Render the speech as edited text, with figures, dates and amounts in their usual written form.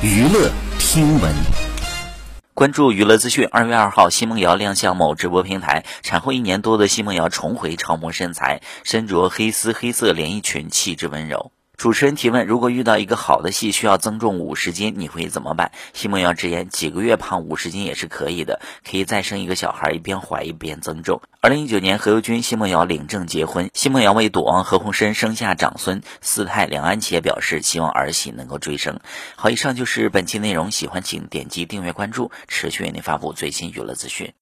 娱乐听闻。 关注娱乐资讯。2月2号，奚梦瑶亮相某直播平台，产后1年多的奚梦瑶重回超模身材，身着黑丝黑色连衣裙，气质温柔。主持人提问：如果遇到一个好的戏需要增重50斤，你会怎么办？奚梦瑶直言，几个月胖50斤也是可以的，可以再生一个小孩，一边怀一边增重。2019年，何猷君、奚梦瑶领证结婚，奚梦瑶为躲亡何鸿燊生下长孙，四太两安企业表示希望儿媳能够追生。好，以上就是本期内容，喜欢请点击订阅关注，持续为您发布最新娱乐资讯。